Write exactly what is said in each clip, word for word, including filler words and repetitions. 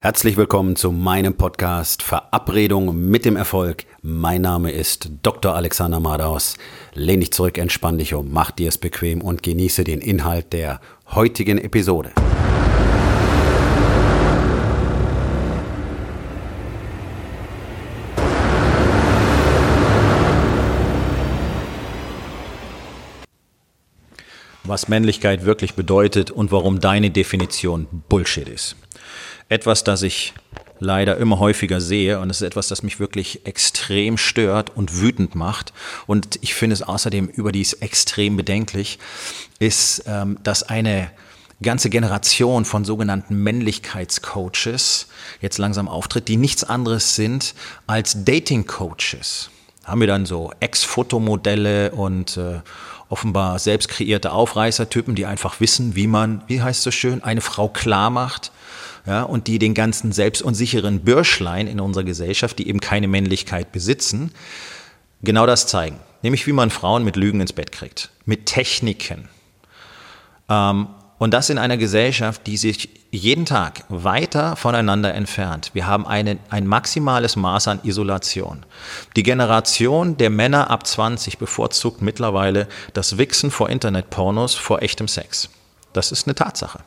Herzlich willkommen zu meinem Podcast Verabredung mit dem Erfolg. Mein Name ist Doktor Alexander Madaus. Lehn dich zurück, entspann dich um, mach dir es bequem und genieße den Inhalt der heutigen Episode. Was Männlichkeit wirklich bedeutet und warum deine Definition Bullshit ist. Etwas, das ich leider immer häufiger sehe, und es ist etwas, das mich wirklich extrem stört und wütend macht, und ich finde es außerdem überdies extrem bedenklich, ist, ähm, dass eine ganze Generation von sogenannten Männlichkeitscoaches jetzt langsam auftritt, die nichts anderes sind als Dating-Coaches. Haben wir dann so Ex-Fotomodelle und äh, offenbar selbst kreierte Aufreißertypen, die einfach wissen, wie man, wie heißt es so schön, eine Frau klar macht. Ja, und die den ganzen selbstunsicheren Bürschlein in unserer Gesellschaft, die eben keine Männlichkeit besitzen, genau das zeigen. Nämlich, wie man Frauen mit Lügen ins Bett kriegt. Mit Techniken. Ähm, und das in einer Gesellschaft, die sich jeden Tag weiter voneinander entfernt. Wir haben eine, ein maximales Maß an Isolation. Die Generation der Männer ab zwanzig bevorzugt mittlerweile das Wichsen vor Internetpornos vor echtem Sex. Das ist eine Tatsache.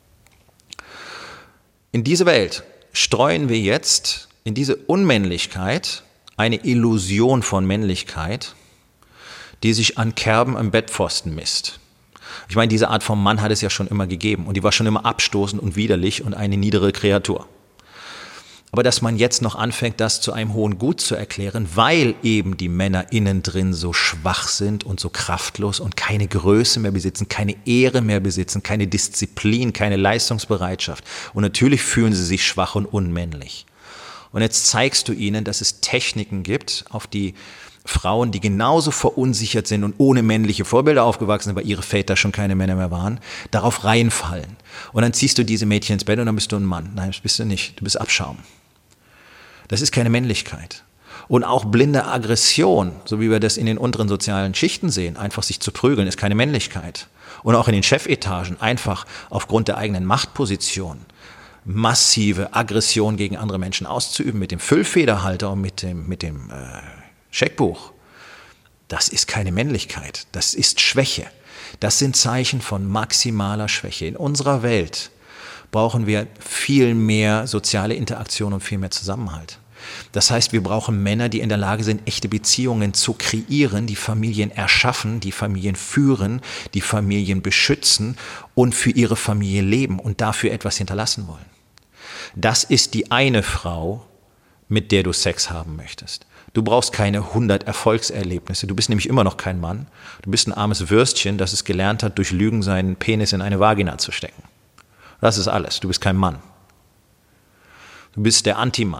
In diese Welt streuen wir jetzt, in diese Unmännlichkeit, eine Illusion von Männlichkeit, die sich an Kerben am Bettpfosten misst. Ich meine, diese Art von Mann hat es ja schon immer gegeben und die war schon immer abstoßend und widerlich und eine niedere Kreatur. Aber dass man jetzt noch anfängt, das zu einem hohen Gut zu erklären, weil eben die Männer innen drin so schwach sind und so kraftlos und keine Größe mehr besitzen, keine Ehre mehr besitzen, keine Disziplin, keine Leistungsbereitschaft. Und natürlich fühlen sie sich schwach und unmännlich. Und jetzt zeigst du ihnen, dass es Techniken gibt, auf die Frauen, die genauso verunsichert sind und ohne männliche Vorbilder aufgewachsen sind, weil ihre Väter schon keine Männer mehr waren, darauf reinfallen. Und dann ziehst du diese Mädchen ins Bett und dann bist du ein Mann. Nein, das bist du nicht. Du bist Abschaum. Das ist keine Männlichkeit. Und auch blinde Aggression, so wie wir das in den unteren sozialen Schichten sehen, einfach sich zu prügeln, ist keine Männlichkeit. Und auch in den Chefetagen einfach aufgrund der eigenen Machtposition massive Aggression gegen andere Menschen auszuüben mit dem Füllfederhalter und mit dem, mit dem äh, Scheckbuch. Das ist keine Männlichkeit, das ist Schwäche. Das sind Zeichen von maximaler Schwäche. In unserer Welt brauchen wir viel mehr soziale Interaktion und viel mehr Zusammenhalt. Das heißt, wir brauchen Männer, die in der Lage sind, echte Beziehungen zu kreieren, die Familien erschaffen, die Familien führen, die Familien beschützen und für ihre Familie leben und dafür etwas hinterlassen wollen. Das ist die eine Frau, mit der du Sex haben möchtest. Du brauchst keine hundert Erfolgserlebnisse. Du bist nämlich immer noch kein Mann. Du bist ein armes Würstchen, das es gelernt hat, durch Lügen seinen Penis in eine Vagina zu stecken. Das ist alles. Du bist kein Mann. Du bist der Anti-Mann.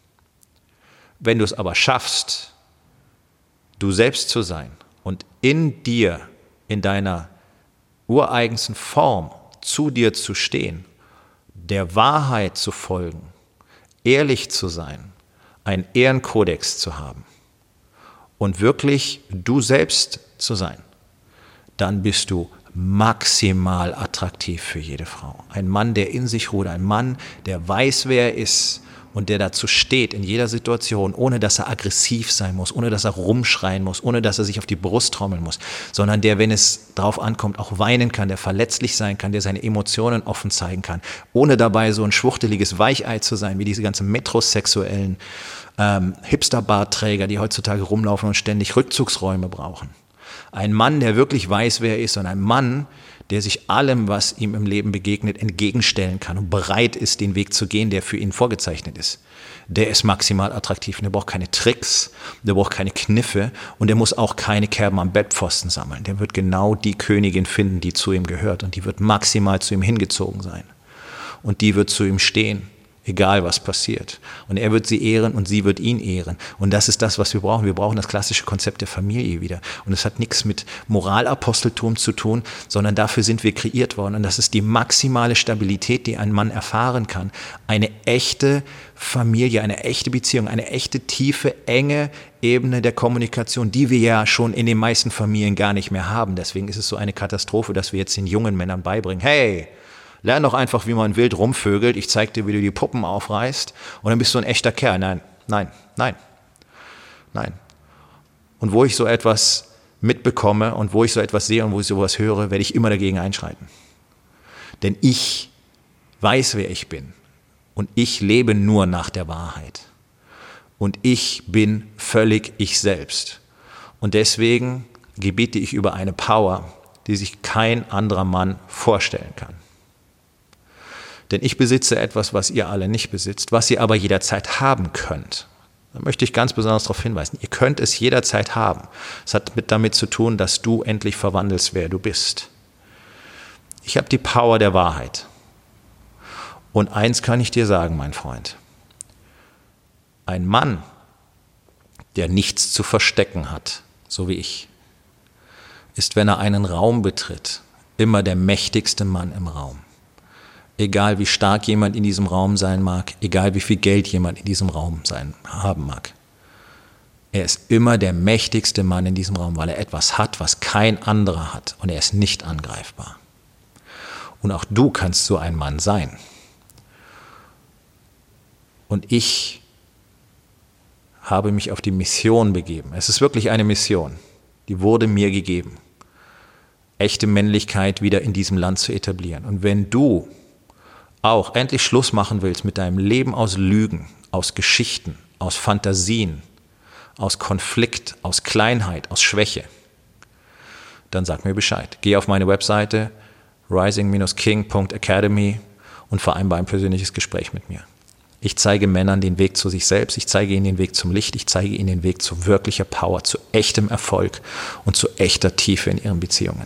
Wenn du es aber schaffst, du selbst zu sein und in dir, in deiner ureigensten Form zu dir zu stehen, der Wahrheit zu folgen, ehrlich zu sein, einen Ehrenkodex zu haben und wirklich du selbst zu sein, dann bist du maximal attraktiv für jede Frau. Ein Mann, der in sich ruht, ein Mann, der weiß, wer er ist und der dazu steht in jeder Situation, ohne dass er aggressiv sein muss, ohne dass er rumschreien muss, ohne dass er sich auf die Brust trommeln muss, sondern der, wenn es drauf ankommt, auch weinen kann, der verletzlich sein kann, der seine Emotionen offen zeigen kann, ohne dabei so ein schwuchteliges Weichei zu sein, wie diese ganzen metrosexuellen ähm, Hipster-Bartträger, die heutzutage rumlaufen und ständig Rückzugsräume brauchen. Ein Mann, der wirklich weiß, wer er ist, und ein Mann, der sich allem, was ihm im Leben begegnet, entgegenstellen kann und bereit ist, den Weg zu gehen, der für ihn vorgezeichnet ist. Der ist maximal attraktiv und der braucht keine Tricks, der braucht keine Kniffe und der muss auch keine Kerben am Bettpfosten sammeln. Der wird genau die Königin finden, die zu ihm gehört, und die wird maximal zu ihm hingezogen sein. Und die wird zu ihm stehen, egal was passiert. Und er wird sie ehren und sie wird ihn ehren. Und das ist das, was wir brauchen. Wir brauchen das klassische Konzept der Familie wieder. Und es hat nichts mit Moralaposteltum zu tun, sondern dafür sind wir kreiert worden. Und das ist die maximale Stabilität, die ein Mann erfahren kann. Eine echte Familie, eine echte Beziehung, eine echte, tiefe, enge Ebene der Kommunikation, die wir ja schon in den meisten Familien gar nicht mehr haben. Deswegen ist es so eine Katastrophe, dass wir jetzt den jungen Männern beibringen, hey, Lern doch einfach, wie man wild rumvögelt. Ich zeig dir, wie du die Puppen aufreißt und dann bist du ein echter Kerl. Nein, nein, nein, nein. Und wo ich so etwas mitbekomme und wo ich so etwas sehe und wo ich sowas höre, werde ich immer dagegen einschreiten. Denn ich weiß, wer ich bin und ich lebe nur nach der Wahrheit. Und ich bin völlig ich selbst. Und deswegen gebiete ich über eine Power, die sich kein anderer Mann vorstellen kann. Denn ich besitze etwas, was ihr alle nicht besitzt, was ihr aber jederzeit haben könnt. Da möchte ich ganz besonders darauf hinweisen, ihr könnt es jederzeit haben. Es hat mit damit zu tun, dass du endlich verwandelst, wer du bist. Ich habe die Power der Wahrheit. Und eins kann ich dir sagen, mein Freund. Ein Mann, der nichts zu verstecken hat, so wie ich, ist, wenn er einen Raum betritt, immer der mächtigste Mann im Raum. Egal wie stark jemand in diesem Raum sein mag, egal wie viel Geld jemand in diesem Raum sein, haben mag. Er ist immer der mächtigste Mann in diesem Raum, weil er etwas hat, was kein anderer hat und er ist nicht angreifbar. Und auch du kannst so ein Mann sein. Und ich habe mich auf die Mission begeben. Es ist wirklich eine Mission, die wurde mir gegeben, echte Männlichkeit wieder in diesem Land zu etablieren. Und wenn du auch endlich Schluss machen willst mit deinem Leben aus Lügen, aus Geschichten, aus Fantasien, aus Konflikt, aus Kleinheit, aus Schwäche, dann sag mir Bescheid. Geh auf meine Webseite rising Bindestrich king Punkt academy und vereinbare ein persönliches Gespräch mit mir. Ich zeige Männern den Weg zu sich selbst, ich zeige ihnen den Weg zum Licht, ich zeige ihnen den Weg zu wirklicher Power, zu echtem Erfolg und zu echter Tiefe in ihren Beziehungen.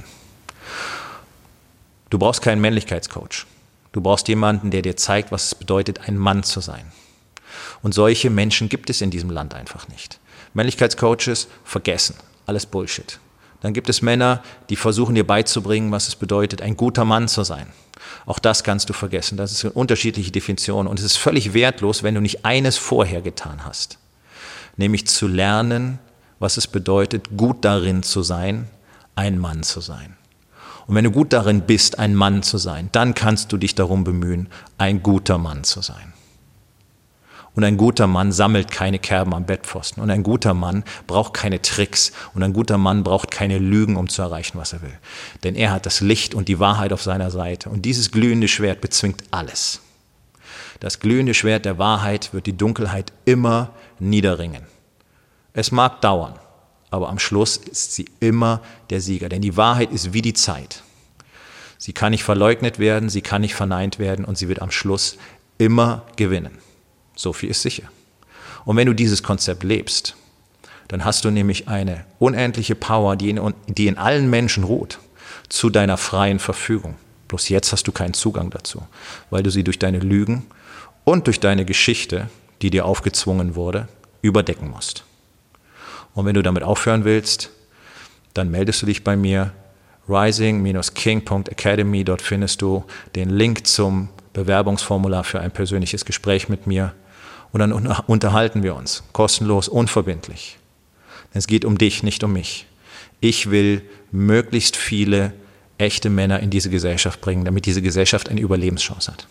Du brauchst keinen Männlichkeitscoach. Du brauchst jemanden, der dir zeigt, was es bedeutet, ein Mann zu sein. Und solche Menschen gibt es in diesem Land einfach nicht. Männlichkeitscoaches vergessen, alles Bullshit. Dann gibt es Männer, die versuchen dir beizubringen, was es bedeutet, ein guter Mann zu sein. Auch das kannst du vergessen. Das ist eine unterschiedliche Definition und es ist völlig wertlos, wenn du nicht eines vorher getan hast. Nämlich zu lernen, was es bedeutet, gut darin zu sein, ein Mann zu sein. Und wenn du gut darin bist, ein Mann zu sein, dann kannst du dich darum bemühen, ein guter Mann zu sein. Und ein guter Mann sammelt keine Kerben am Bettpfosten. Und ein guter Mann braucht keine Tricks. Und ein guter Mann braucht keine Lügen, um zu erreichen, was er will. Denn er hat das Licht und die Wahrheit auf seiner Seite. Und dieses glühende Schwert bezwingt alles. Das glühende Schwert der Wahrheit wird die Dunkelheit immer niederringen. Es mag dauern, aber am Schluss ist sie immer der Sieger. Denn die Wahrheit ist wie die Zeit. Sie kann nicht verleugnet werden, sie kann nicht verneint werden und sie wird am Schluss immer gewinnen. So viel ist sicher. Und wenn du dieses Konzept lebst, dann hast du nämlich eine unendliche Power, die in, die in allen Menschen ruht, zu deiner freien Verfügung. Bloß jetzt hast du keinen Zugang dazu, weil du sie durch deine Lügen und durch deine Geschichte, die dir aufgezwungen wurde, überdecken musst. Und wenn du damit aufhören willst, dann meldest du dich bei mir, rising Bindestrich king Punkt academy, dort findest du den Link zum Bewerbungsformular für ein persönliches Gespräch mit mir. Und dann unterhalten wir uns, kostenlos, unverbindlich. Denn es geht um dich, nicht um mich. Ich will möglichst viele echte Männer in diese Gesellschaft bringen, damit diese Gesellschaft eine Überlebenschance hat.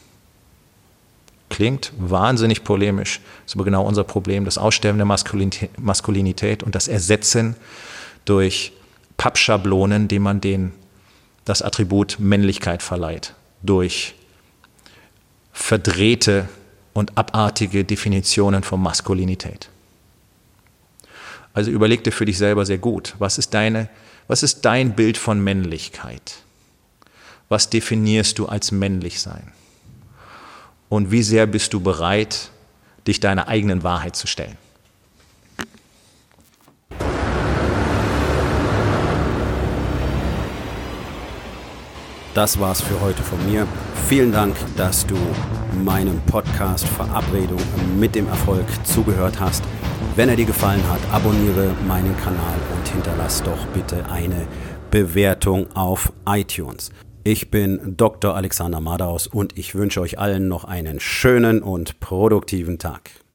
Klingt wahnsinnig polemisch, ist aber genau unser Problem, das Aussterben der Maskulinität und das Ersetzen durch Pappschablonen, denen man den, das Attribut Männlichkeit verleiht, durch verdrehte und abartige Definitionen von Maskulinität. Also überleg dir für dich selber sehr gut, was ist deine, was ist dein Bild von Männlichkeit? Was definierst du als männlich sein? Und wie sehr bist du bereit, dich deiner eigenen Wahrheit zu stellen? Das war's für heute von mir. Vielen Dank, dass du meinem Podcast Verabredung mit dem Erfolg zugehört hast. Wenn er dir gefallen hat, abonniere meinen Kanal und hinterlass doch bitte eine Bewertung auf iTunes. Ich bin Doktor Alexander Madaus und ich wünsche euch allen noch einen schönen und produktiven Tag.